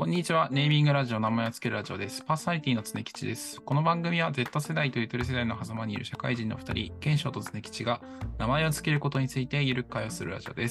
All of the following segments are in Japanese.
こんにちは。ネーミングラジオ、名前をつけるラジオです。パーソナリティの常吉です。この番組は Z 世代とゆとり世代の狭間にいる社会人の2人、賢章と常吉が名前をつけることについてゆるく会話するラジオです。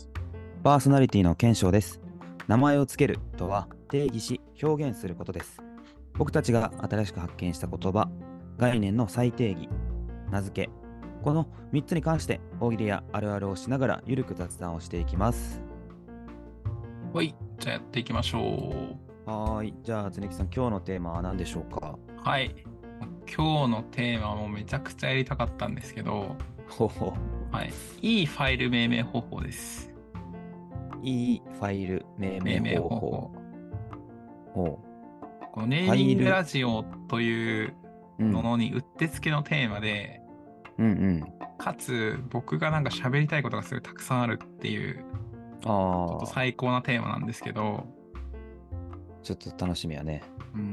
パーソナリティの賢章です。名前をつけるとは定義し表現することです。僕たちが新しく発見した言葉、概念の再定義、名付け、この3つに関して大喜利やあるあるをしながらゆるく雑談をしていきます。 はい、じゃあやっていきましょじゃあ常木さん、今日のテーマは何でしょうか？ う。はい。今日のテーマもめちゃくちゃやりたかったんですけど、 ほほ。 はい。いいファイル命名方法です。 いいファイル命名方法。ほこのネーミングラジオというのにうってつけのテーマで、かつ僕がなんか喋りたいことがすごいたくさんあるっていう、ちょっと最高なテーマなんですけど、 ちょっと楽しみやね。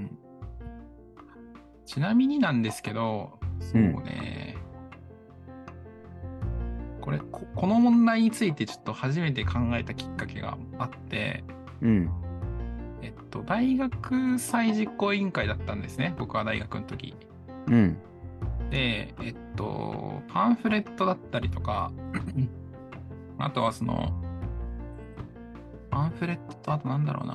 ちなみになんですけど、そうね、この問題についてちょっと初めて考えたきっかけがあって、大学祭実行委員会だったんですね、僕は大学の時。で、パンフレットだったりとか、あとはパンフレットとあとなんだろう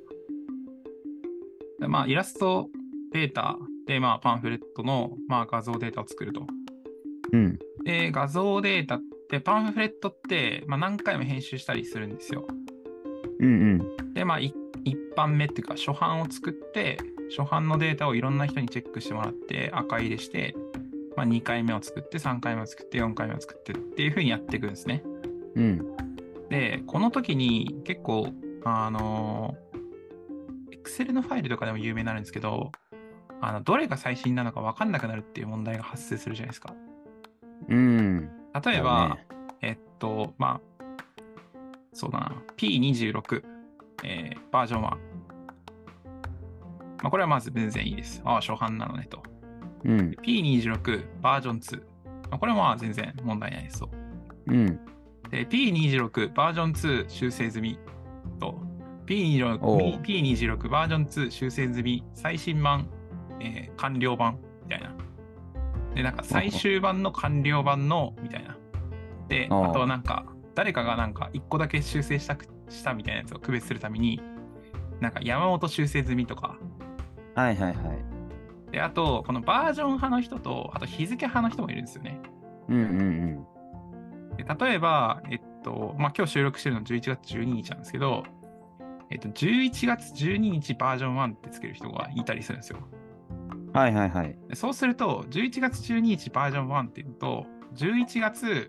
な。イラストデータで、パンフレットの、画像データを作ると。で、画像データって、パンフレットって、何回も編集したりするんですよ。で、一般目っていうか、初版を作って、初版のデータをいろんな人にチェックしてもらって、赤入れして、2回目を作って、3回目を作って、4回目を作ってっていう風にやっていくんですね。で、この時に結構、Excel のファイルとかでも有名になるんですけど、どれが最新なのか分かんなくなるっていう問題が発生するじゃないですか。例えば、そうだな、P26、バージョン1。これはまず全然いいです。初版なのねと。P26 バージョン2。これはまあ全然問題ないですと。で、P26 バージョン2修正済みと、P26 バージョン2修正済み最新版、完了版みたいな。で、なんか最終版の完了版のみたいな。で、あとはなんか誰かがなんか1個だけ修正したみたいなやつを区別するために、なんか山本修正済みとか。で、あと、このバージョン派の人と、あと日付派の人もいるんですよね。で例えば、今日収録してるの11月12日なんですけど、11月12日バージョン1ってつける人がいたりするんですよ。そうすると、11月12日バージョン1っていうと、11月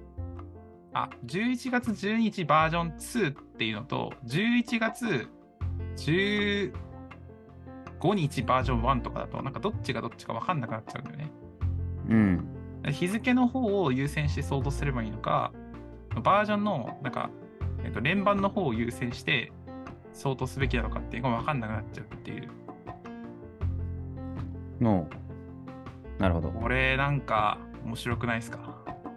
12日バージョン2っていうのと、11月15日バージョン1とかだと、なんかどっちがどっちか分かんなくなっちゃうんだよね。日付の方を優先して相当すればいいのか、バージョンの、なんか、連番の方を優先して相当すべきなのかっていうのが分かんなくなっちゃうっていう。 なるほど。 これなんか面白くないですか？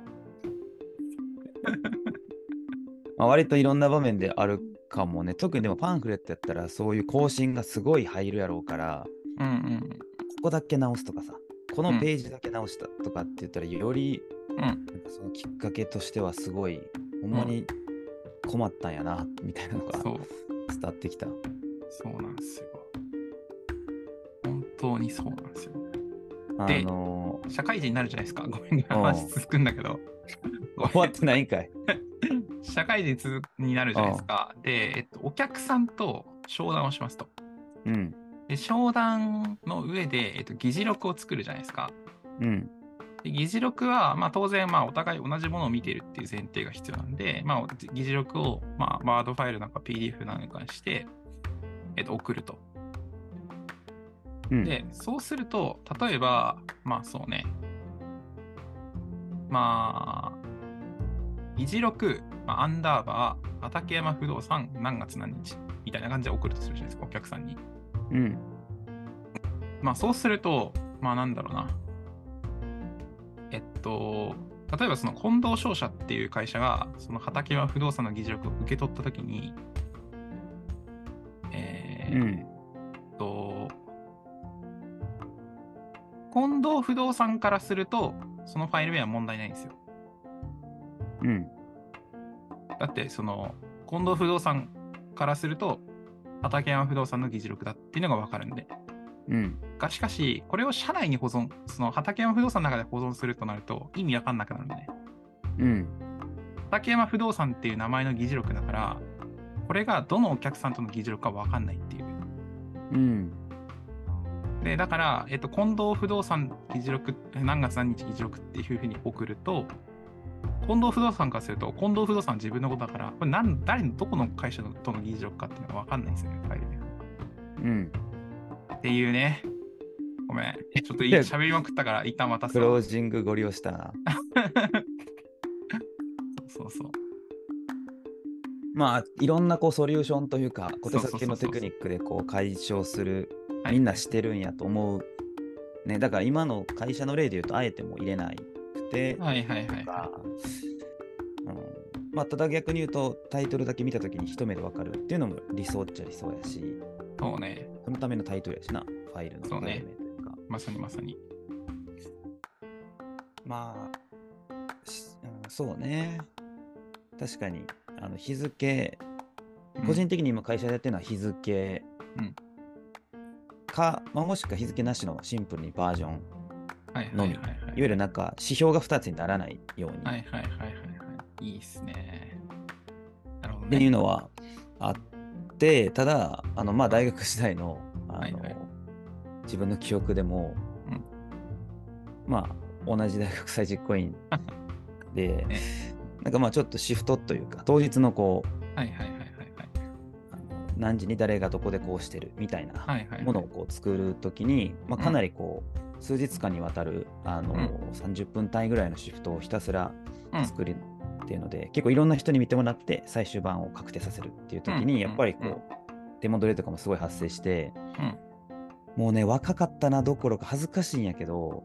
割といろんな場面であるかもね。特にでもパンフレットやったらそういう更新がすごい入るやろうから、ここだけ直すとかさ、このページだけ直したとかって言ったらより、そのきっかけとしてはすごい、ほんまに困ったんやな、みたいなのが伝わってきた。 そうなんですよ。本当にそうなんですよ。で、社会人になるじゃないですか。ごめん、話続くんだけど。 終わってないんかい。 社会人になるじゃないですか。で、お客さんと商談をしますと。で、商談の上で、議事録を作るじゃないですか。で議事録は、当然、お互い同じものを見ているっていう前提が必要なんで、議事録を、ワードファイルなんか PDF なんかにして、送ると。で、そうすると、例えば、そうね。議事録、アンダーバー、畠山不動産、何月何日みたいな感じで送るとするじゃないですか、お客さんに。そうすると、なんだろうな。例えばその近藤商社っていう会社が、その畠山不動産の議事録を受け取ったときに、 近藤不動産からすると、そのファイル名は問題ないんですよ。だって、近藤不動産からすると、畠山不動産の議事録だっていうのが分かるんで。しかし、これを社内に保存、畠山不動産の中で保存するとなると、意味わかんなくなるんでね。畠山不動産っていう名前の議事録だから、これがどのお客さんとの議事録か分かんないっていう。で、だから、近藤不動産議事録、何月何日議事録っていうふうに送ると、近藤不動産からすると、近藤不動産は自分のことだから、これ誰のどこの会社との議事録かっていうのが分かんないんですよね、ファイルで。っていうね。ごめん。ちょっと喋りまくったから、一旦渡す。 クロージングご利用したな。 そう。 まあ、いろんなソリューションというか、小手先のテクニックで解消する、みんなしてるんやと思う。ね、だから今の会社の例で言うと、あえても入れないくて、まあ、ただ逆に言うと、タイトルだけ見たときに一目でわかるっていうのも理想っちゃ理想やし、 そうね。 そのためのタイトルやしな、ファイルのそうね。まさに。 まあ、そうね。確かに、日付、個人的に今会社でやってるのは日付か、もしくは日付なしのシンプルにバージョンのみ。いわゆる指標が2つにならないように。 いいっすね。なるほどね。 っていうのはあって、ただ、まあ、大学時代の、自分の記憶でも、まあ、同じ大学祭実行委員で、なんかまあちょっとシフトというか、当日の何時に誰がどこでこうしてるみたいなものを作るときに、まあ、かなり数日間にわたる30分単位ぐらいのシフトをひたすら作るっていうので、結構いろんな人に見てもらって最終版を確定させるっていうときに、やっぱり手戻りとかもすごい発生して、もうね、若かったなどころか恥ずかしいんやけど、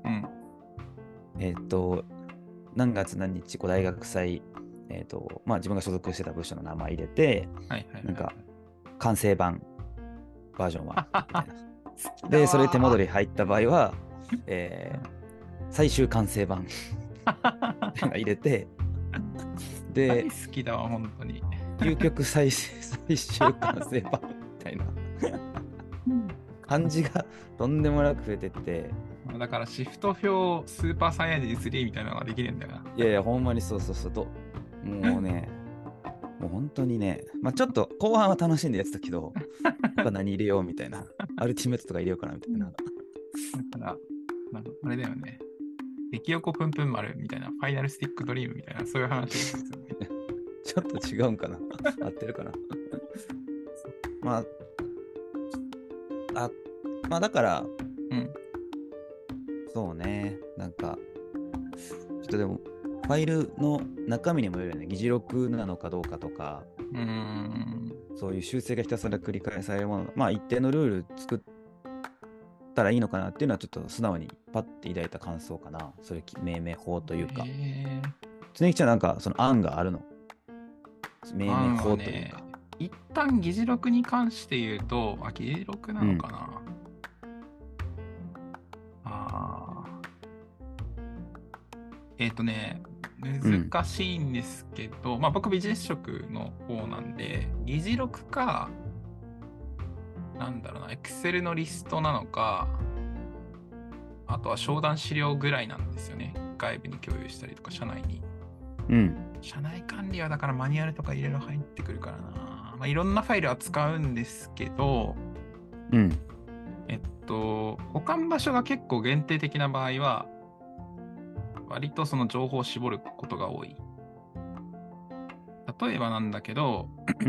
何月何日大学祭、まあ、自分が所属してた部署の名前入れて、なんか完成版バージョンはみたいな。で、それ手戻り入った場合は、最終完成版入れて、 で、大好きだわ、本当に。 究極最終完成版みたいな感じがとんでもなく増えてって。 だからシフト表スーパーサイヤ人3みたいなのができるんだよな。 いや、ほんまにそうもうね、もう本当にね、まあちょっと後半は楽しんでやってたけど、何入れようみたいな、アルティメットとか入れようかなみたいな。だから、あれだよね。激横ぷんぷん丸みたいな、ファイナルスティックドリームみたいな、そういう話ですよね。 ちょっと違うんかな合ってるかなまあだから、そうね、なんか、ちょっとでも、ファイルの中身にもよるよね、議事録なのかどうかとか、そういう修正がひたすら繰り返されるもの、まあ一定のルール作ったらいいのかなっていうのは、ちょっと素直にパッて抱いた感想かな。それ命名法というか。常木ちゃんなんかその案があるの？命名法というか。 一旦議事録に関して言うと、議事録なのかな、難しいんですけど、まあ僕ビジネス職の方なんで、議事録か、なんだろうな、Excel のリストなのか、あとは商談資料ぐらいなんですよね。外部に共有したりとか、社内に。社内管理はだからマニュアルとかいろいろ入ってくるからな。まあいろんなファイルは使うんですけど、保管場所が結構限定的な場合は、割とその情報を絞ることが多い。例えばなんだけど、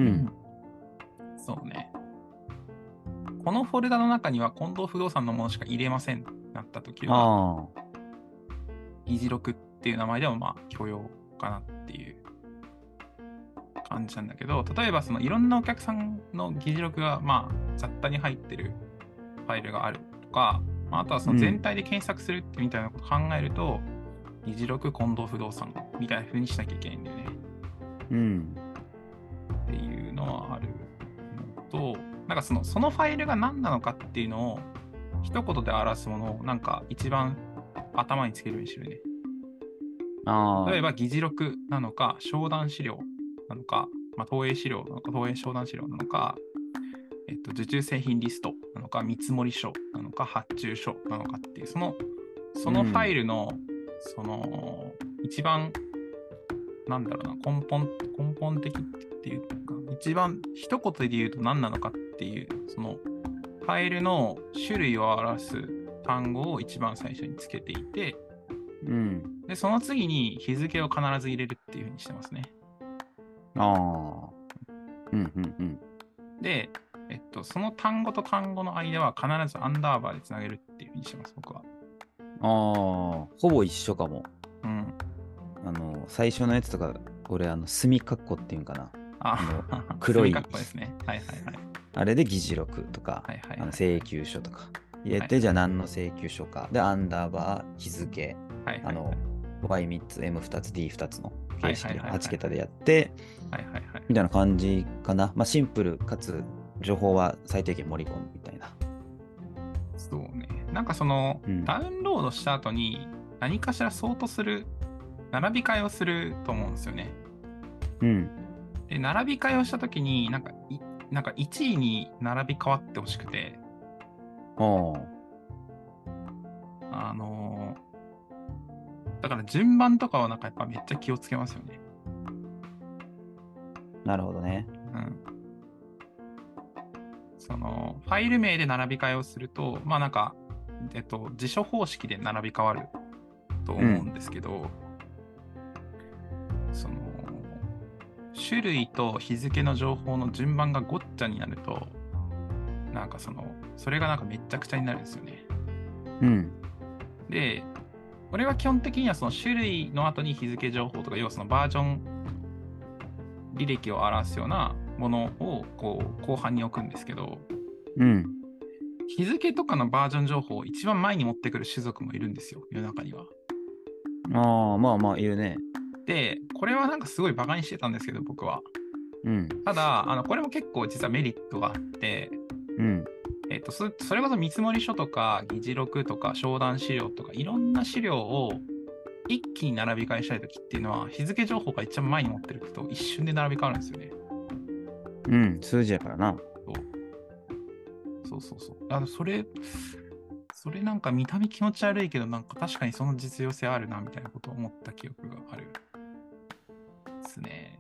そうね。このフォルダの中には近藤不動産のものしか入れませんってなったときは、議事録っていう名前でもまあ許容かなっていう感じなんだけど、例えばそのいろんなお客さんの議事録がまあ雑多に入ってるファイルがあるとか、あとはその全体で検索するってみたいなことを考えると、議事録近藤不動産みたいな風にしなきゃいけないんだよね。っていうのはあるのと、 なんかそのファイルが何なのかっていうのを一言で表すものをなんか一番頭につけるようにしてるね。例えば議事録なのか、商談資料なのか、まあ、投影資料なのか、投影商談資料なのか、受注製品リストなのか、見積書なのか、発注書なのかっていう、そのファイルの、一番、なんだろうな、根本的っていうか、一番一言で言うと何なのかっていう、そのファイルの種類を表す単語を一番最初につけていて、で、その次に日付を必ず入れるっていうふうにしてますね。で、その単語と単語の間は必ずアンダーバーでつなげるっていうふうにしてます、僕は。 ほぼ一緒かも。最初のやつとか、俺、墨括弧っていうんかな。黒い。 墨括弧ですね。はいはいはい。 あれで議事録とか、請求書とか入れて、じゃあ何の請求書か。で、アンダーバー、日付、Y3 つ、M2 つ、D2 つの形式を8桁でやって、みたいな感じかな。まあ、シンプルかつ、情報は最低限盛り込むみたいな。 そうね。なんかダウンロードした後に何かしらソートする、並び替えをすると思うんですよね。で、並び替えをしたときに、なんか1位に並び変わってほしくて、だから順番とかはなんかやっぱめっちゃ気をつけますよね。 なるほどね。 ファイル名で並び替えをすると、まあなんか、辞書方式で並び替わると思うんですけど、種類と日付の情報の順番がごっちゃになると、なんかそれがなんかめっちゃくちゃになるんですよね。で、俺は基本的にはその種類の後に日付情報とか、要はそのバージョン履歴を表すようなものをこう後半に置くんですけど、日付とかのバージョン情報を一番前に持ってくる種族もいるんですよ、世の中には。 まあまあいるね。 で、これはなんかすごいバカにしてたんですけど、僕は。ただ、これも結構実はメリットがあって、それこそ見積書とか議事録とか商談資料とかいろんな資料を一気に並び替えしたいときっていうのは日付情報が一番前に持ってると一瞬で並び替わるんですよね。 数字やからな。 そう。それなんか見た目気持ち悪いけどなんか確かにその実用性あるなみたいなことを思った記憶があるですね。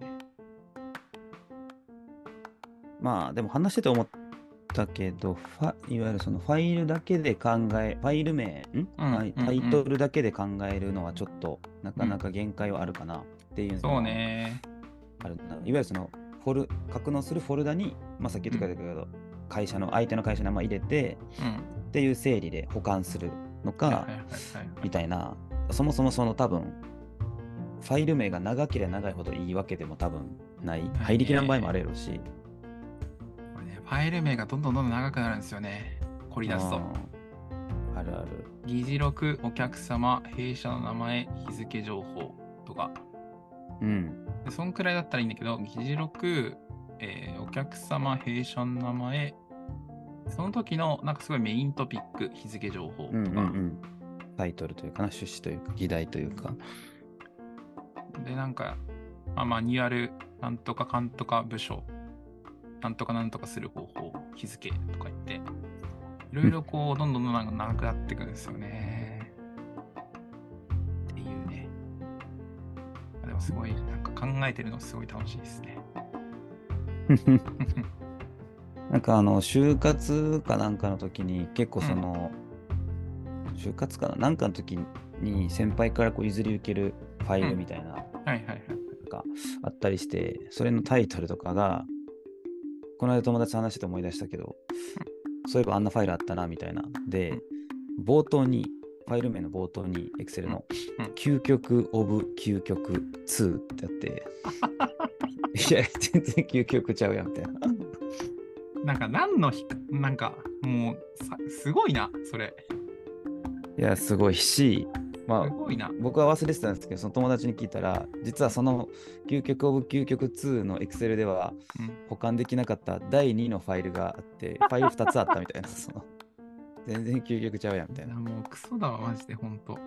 まあでも話してて思ったけど、いわゆるそのファイルだけでファイル名、タイトルだけで考えるのはちょっとなかなか限界はあるかなっていうのそうね。 あるな。いわゆるその格納するフォルダに、まあ、さっき言ってたけど、相手の会社の名前入れて、っていう整理で保管するのかみたいな、そもそも多分ファイル名が長ければ長いほどいいわけでも多分ない、入りきらん場合もあるやろし、 ファイル名がどんどん長くなるんですよね、凝り出すと。 あるある。 議事録、お客様、弊社の名前、日付情報とか。でそんくらいだったらいいんだけど、議事録、お客様、弊社の名前、その時のなんかすごいメイントピック、日付情報とか。 タイトルというかな、趣旨というか、議題というか。 で、なんか、マニュアル、なんとかかんとか部署、なんとかなんとかする方法、日付とか言って、いろいろこう、どんどんなんか長くなっていくんですよね。っていうね。でもすごい、なんか考えてるのすごい楽しいですね。 なんか就活かなんかの時に結構就活かななんかの時に先輩からこう譲り受けるファイルみたいな、なんかあったりして、それのタイトルとかが、この間友達と話して思い出したけど、そういえばあんなファイルあったなみたいな。で、ファイル名の冒頭に Excel の究極オブ究極2ってあって、いや、全然究極ちゃうやんみたいな。 なんかなんかもうすごいな、それ。 いや、すごいし、 まあ、 すごいな。 僕は忘れてたんですけど、その友達に聞いたら、実はその究極オブ究極2の Excel では保管できなかった第2のファイルがあって、ファイル2つあったみたいな、その全然究極ちゃうやんみたいな。 もうクソだわ、マジで、ほんと。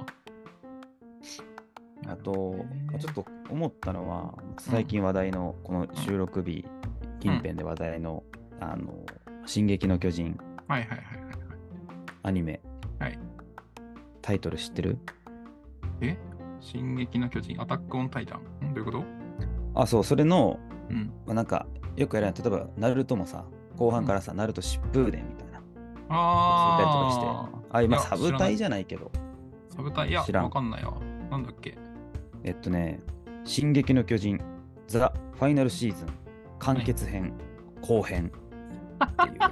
あと、ちょっと思ったのは、最近話題の、この収録日近辺で話題の、進撃の巨人、 はいはいはいはい。 アニメ、 はい。 タイトル知ってる？ 進撃の巨人、アタックオンタイタン。どういうこと？ あ、そう、それの、 まあ、なんか、よくやるやん。例えば、ナルトもさ、後半からさ、ナルト疾風伝みたいな。ついたりとかして。あ、今、サブタイじゃないけど。 サブタイ、いや、 知らん。 わかんないわ。なんだっけ。 進撃の巨人、ザ・ファイナルシーズン、完結編、後編っていう。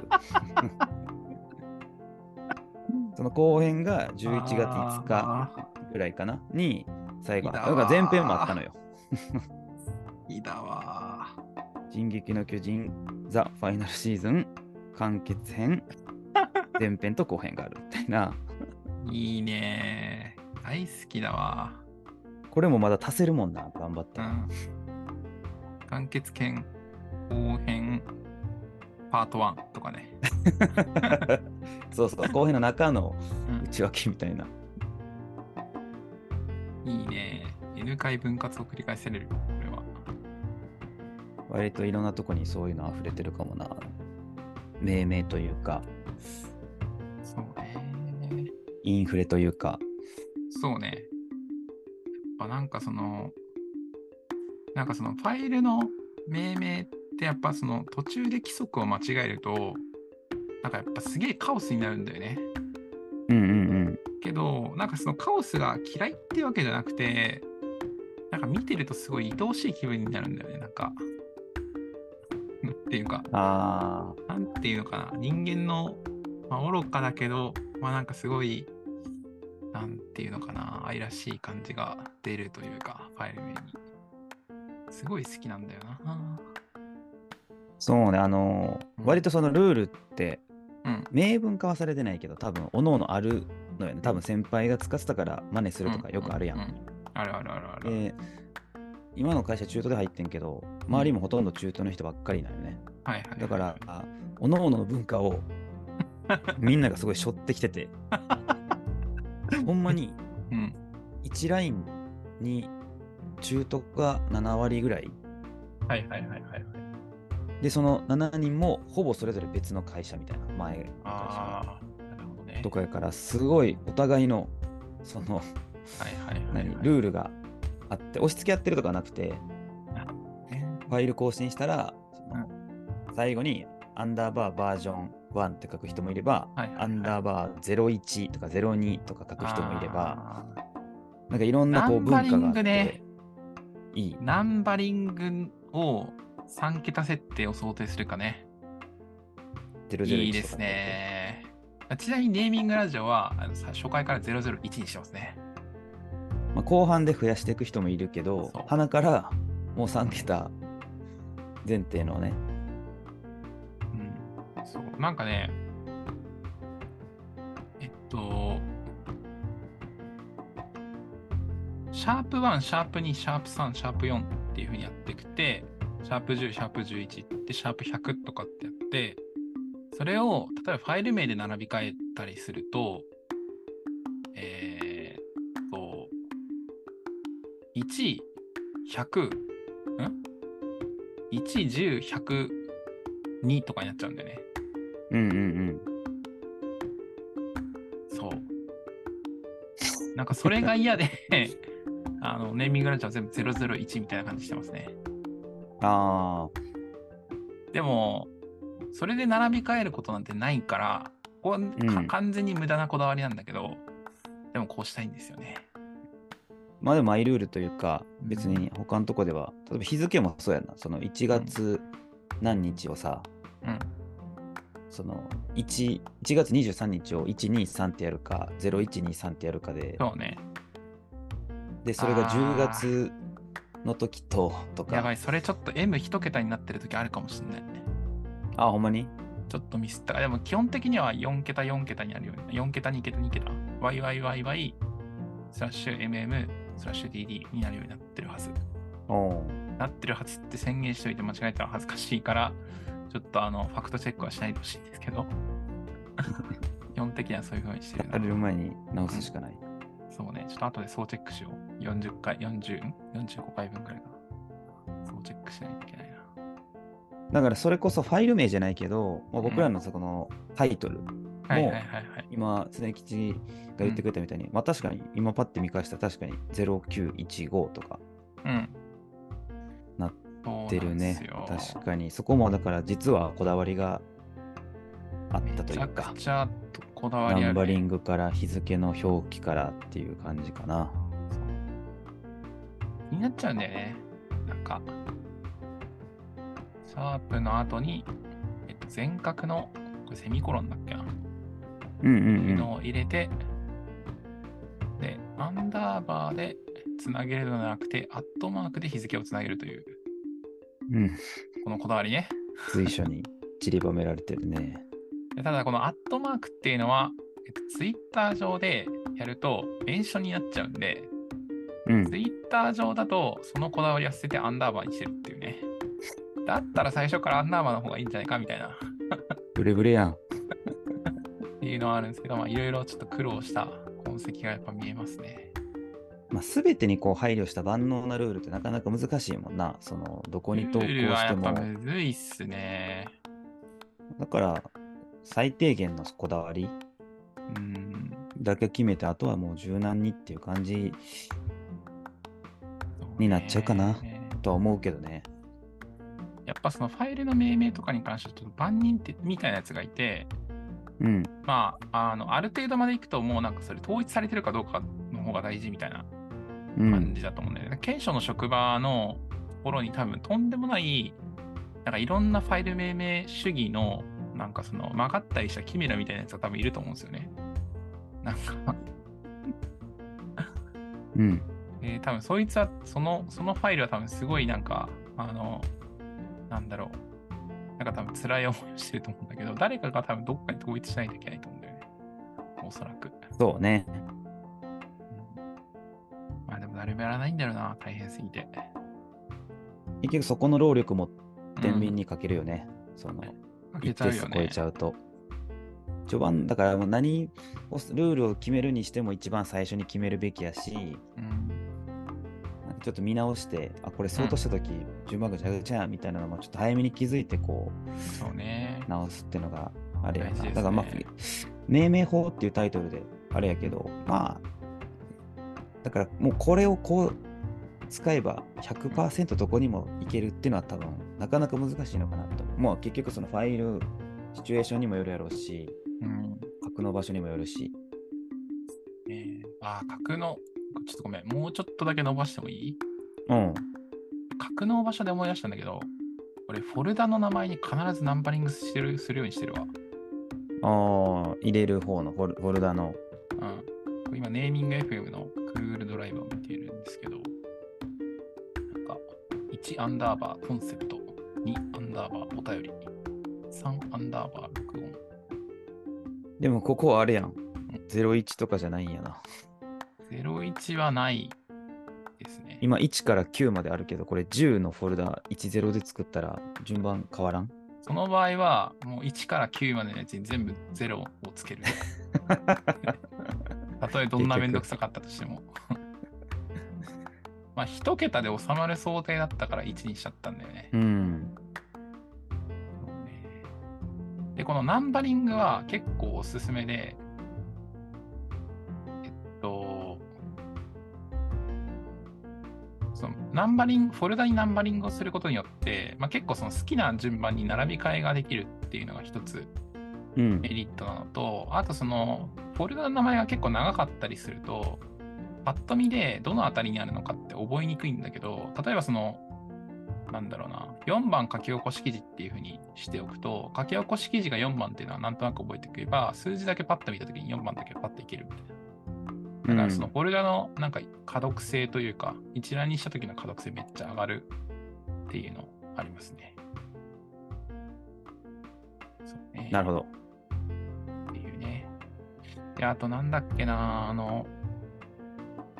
その後編が11月5日ぐらいかなに最後あった。だから前編もあったのよ。 いいだわ。 進撃の巨人、ザ・ファイナルシーズン、完結編、前編と後編があるみたいな。 いいね。大好きだわ。 これもまだ足せるもんな、頑張って。 完結編、後編、パート1とかね。 そうそう、後編の中の内訳みたいな。 いいね。N 回分割を繰り返せれる、これは。 割といろんなとこにそういうの溢れてるかもな。命名というか。 そうね。 インフレというか。 そうね。なんかそのファイルの命名ってやっぱその途中で規則を間違えると、なんかやっぱすげえカオスになるんだよね。けど、なんかそのカオスが嫌いっていうわけじゃなくて、なんか見てるとすごい愛おしい気分になるんだよね、なんか。っていうか、なんていうのかな、人間の、愚かだけど、なんかすごい、なんていうのかな、愛らしい感じが出るというか、ファイル名に。すごい好きなんだよな。 そうね、割とそのルールって、明文化はされてないけど、多分、おのおのあるのよね。多分、先輩が使ってたから真似するとかよくあるやん。 あるあるあるある。 今の会社中途で入ってんけど、周りもほとんど中途の人ばっかりなのね。だから、おのおのの文化をみんながすごい背負ってきてて、ほんまに1ラインに中途が7割ぐらい。で、その7人もほぼそれぞれ別の会社みたいな、前の会社とかやから、すごいお互いのそのルールがあって、押し付け合ってるとかなくて、ファイル更新したら、最後にアンダーバーバージョン1って書く人もいれば、アンダーバー01とか02とか書く人もいれば、なんかいろんなこう文化があって、 ナンバリングを3桁設定を想定するかね。いいですね。ちなみにネーミングラジオは初回から001にしてますね。 後半で増やしていく人もいるけど、鼻からもう3桁前提のね。 そう、なんかね、シャープ1、シャープ2、シャープ3、シャープ4っていう風にやっていくて、シャープ10、シャープ11ってシャープ100とかってやって、それを例えばファイル名で並び替えたりすると、1、100、1、10、100、2とかになっちゃうんだよね。そう。なんかそれが嫌でネーミングランチャーは全部001みたいな感じしてますね。でも、それで並び替えることなんてないから、ここは完全に無駄なこだわりなんだけど、でもこうしたいんですよね。 まあでもマイルールというか、別に他のとこでは、例えば日付もそうやな、その1月何日をさ、その 1月23日を123ってやるか、0123ってやるかで、 そうね。 で、それが10月の時とか。 やばい、それちょっと M1 桁になってる時あるかもしれないね。 ほんまにちょっとミスった。でも基本的には4桁4桁になるように。4桁2桁2桁。YYYY /mm/dd になるようになってるはず。なってるはずって宣言しておいて間違えたら恥ずかしいから、ちょっとファクトチェックはしないでほしいんですけど、基本的にはそういう風にしてる。 やる前に直すしかない。 そうね、ちょっと後で総チェックしよう。45回分くらいかな。総チェックしないといけないな。 だからそれこそファイル名じゃないけど、僕らのそこのタイトルも、今、常吉が言ってくれたみたいに、まあ確かに今パッて見返したら確かに0915とかなってるね。確かに。そこもだから実はこだわりがあったというか。 めちゃくちゃこだわりある、ね。 ナンバリングから日付の表記からっていう感じかな。 気になっちゃうんだよね。なんか、シャープの後に、全角の、これセミコロンだっけな。のを入れて、で、アンダーバーでつなげるのではなくて、アットマークで日付をつなげるという、このこだわりね。 随所に散りばめられてるね。 ただ、このアットマークっていうのは、ツイッター上でやると、メンションになっちゃうんで、ツイッター上だと、そのこだわりは捨ててアンダーバーにしてるっていうね。だったら最初からアンダーバーの方がいいんじゃないかみたいな。 ブレブレやん。 っていうのはあるんですけど、いろいろちょっと苦労した痕跡がやっぱ見えますね。 全てにこう配慮した万能なルールってなかなか難しいもんな。どこに投稿しても。ルールはやっぱむずいっすね。 だから、最低限のこだわりだけ決めて、あとはもう柔軟にっていう感じになっちゃうかなとは思うけどね。 やっぱそのファイルの命名とかに関してちょっと万人ってみたいなやつがいて、ある程度までいくともうなんかそれ統一されてるかどうかの方が大事みたいな感じだと思うんだよね。検証の職場のところに多分とんでもないなんかいろんなファイル命名主義のなんかその曲がったりしたキメラみたいなやつが多分いると思うんですよね。なんか多分そいつはそのファイルは多分すごいなんかなんだろう、なんか多分辛い思いをしてると思うんだけど、誰かが多分どっかに統一しないといけないと思うんだよね。おそらく。 そうね。 でも誰もやらないんだろうな、大変すぎて。 結局そこの労力も天秤にかけるよね。一定数超えちゃうと。序盤だからもうルールを決めるにしても一番最初に決めるべきやし、なんかちょっと見直して、これそうとしたとき、順番がぐちゃぐちゃみたいなのもちょっと早めに気づいてそうね、 直すっていうのがあれやな。だから命名法っていうタイトルであれやけど、だからもうこれを使えば 100% どこにもいけるっていうのは多分なかなか難しいのかなと。もう結局そのファイル、シチュエーションにもよるやろうし、格の場所にもよるし。 格の、ちょっとごめん、もうちょっとだけ伸ばしてもいい？格の場所で思い出したんだけど、これフォルダの名前に必ずナンバリングするようにしてるわ。 入れる方のフォルダの。 今、ネーミング FM の Google ドライブを見ているんですけど、なんか、1アンダーバーコンセプト、2アンダーバーお便り、3アンダーバー録音。 でもここはあれやん。01とかじゃないんやな。 01はないですね。 今1から9まであるけど、これ10のフォルダ10で作ったら順番変わらん？ その場合は、もう1から9までのやつに全部0をつける。たとえどんなめんどくさかったとしても。1桁で収まる想定だったから1にしちゃったんだよね。で、このナンバリングは結構おすすめで、そのナンバリング、フォルダにナンバリングをすることによって、結構その好きな順番に並び替えができるっていうのが一つメリットなのと、あとそのフォルダの名前が結構長かったりすると、パッと見でどのあたりにあるのかって覚えにくいんだけど、例えばその、なんだろうな、4番書き起こし記事っていう風にしておくと、書き起こし記事が4番っていうのはなんとなく覚えておけば、数字だけパッと見たときに4番だけパッといけるみたいな。だからそのフォルダのなんか可読性というか、一覧にしたときの可読性めっちゃ上がるっていうのありますね。そうね。 なるほど。 っていうね。で、あとなんだっけな、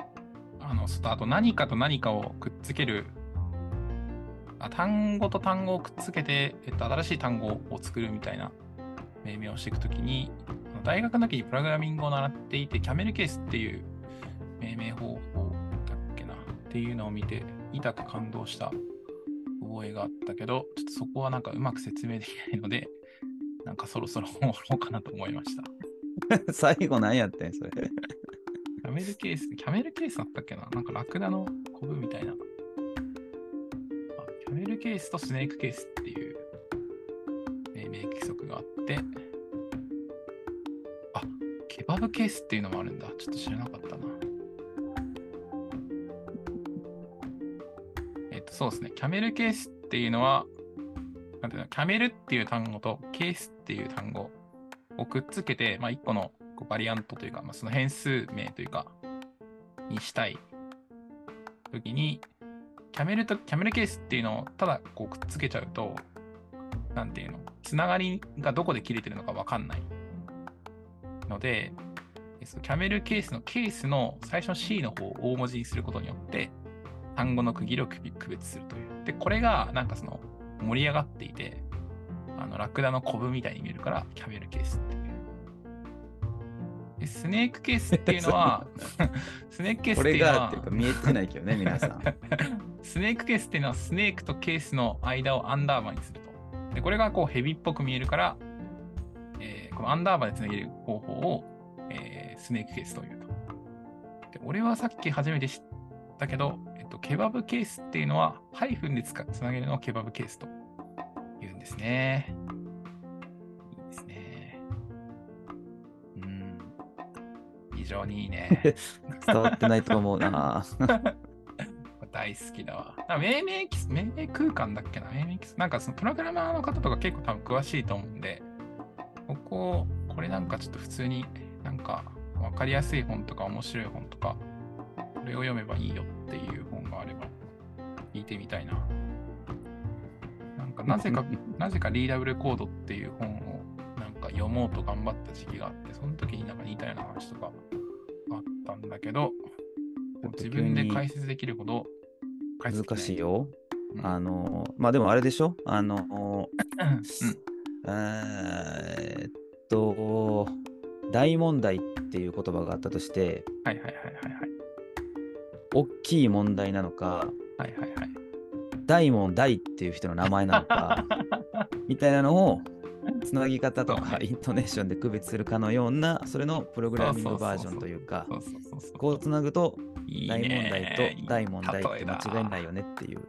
あと何かと何かをくっつける、単語と単語をくっつけて、新しい単語を作るみたいな命名をしていくときに、大学の時にプログラミングを習っていて、キャメルケースっていう命名方法だっけなっていうのを見て、痛く感動した覚えがあったけど、ちょっとそこはなんかうまく説明できないので、なんかそろそろ終わろうかなと思いました。 最後何やってんそれ。 キャメルケースだったっけな、なんかラクダのコブみたいな。キャメルケースとスネークケースっていう命名規則があって、ケバブケースっていうのもあるんだ。ちょっと知らなかったな。そうですね。キャメルケースっていうのは、なんていうの、キャメルっていう単語とケースっていう単語をくっつけて、一個のバリアントというか、その変数名というか、にしたいときに、キャメルケースっていうのをただこうくっつけちゃうと、なんていうの、つながりがどこで切れてるのかわかんないので、キャメルケースのケースの最初の C の方を大文字にすることによって、単語の区切りを区別するという。で、これがなんかその盛り上がっていて、ラクダのコブみたいに見えるから、キャメルケースっていう。で、スネークケースっていうのは、スネークケースっていうのは、 これがっていうか見えてないけどね、皆さん。 スネークケースっていうのは、スネークとケースの間をアンダーバーにすると。で、これがこうヘビっぽく見えるから、このアンダーバーでつなげる方法を、スネークケースというと。で、俺はさっき初めて知ったけど、ケバブケースっていうのは、ハイフンでつなげるのをケバブケースと言うんですね。いいですね。非常にいいね。 伝わってないと思うな。 大好きだわ。命名空間だっけな、なんかそのプログラマーの方とか結構多分詳しいと思うんで、これなんかちょっと普通になんか分かりやすい本とか面白い本とか、これを読めばいいよっていう本があれば聞いてみたいな。なんかなぜかリーダブルコードっていう本をなんか読もうと頑張った時期があって、その時になんか似たような話とかあったんだけど、自分で解説できるほど難しいよ。でもあれでしょ大問題っていう言葉があったとして、大きい問題なのか、大問題っていう人の名前なのか、みたいなのをつなぎ方とかイントネーションで区別するかのような、それのプログラミングバージョンというか、こうつなぐと、大問題と大問題って間違いないよねっていう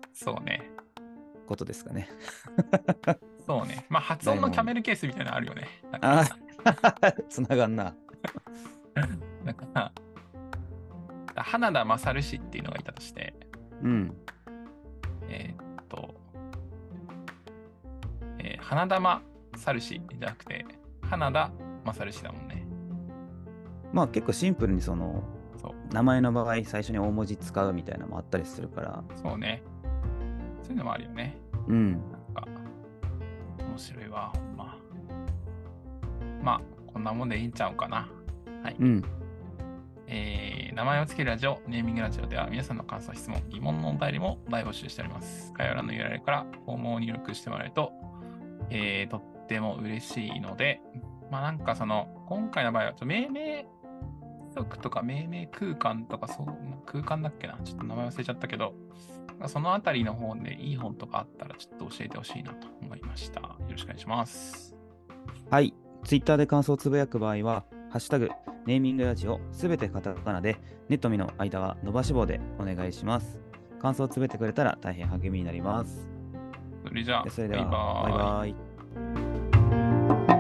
ことですかね。 そうね。発音のキャメルケースみたいなのあるよね。 つながんな。 なんか花田勝氏っていうのがいたとして、花田勝氏じゃなくて、花田勝氏だもんね。 結構シンプルに名前の場合最初に大文字使うみたいなのもあったりするから。 そうね。そういうのもあるよね。なんか面白いわ、ほんま。こんなもんでいいんちゃうかな。はい。名前をつけるラジオ、ネーミングラジオでは皆さんの感想、質問、疑問のお便りも大募集しております。概要欄の URL からフォームを入力してもらえると、とっても嬉しいので、なんか今回の場合は、命名則とか命名空間とか、空間だっけな、ちょっと名前忘れちゃったけど、そのあたりの方でいい本とかあったらちょっと教えてほしいなと思いました。よろしくお願いします。 はい。Twitter で感想をつぶやく場合は、ハッシュタグ、ネーミングラジオ、すべてカタカナで、ネットミの間は伸ばし棒でお願いします。感想をつぶやいてくれたら大変励みになります。 それじゃあ、 バイバイ。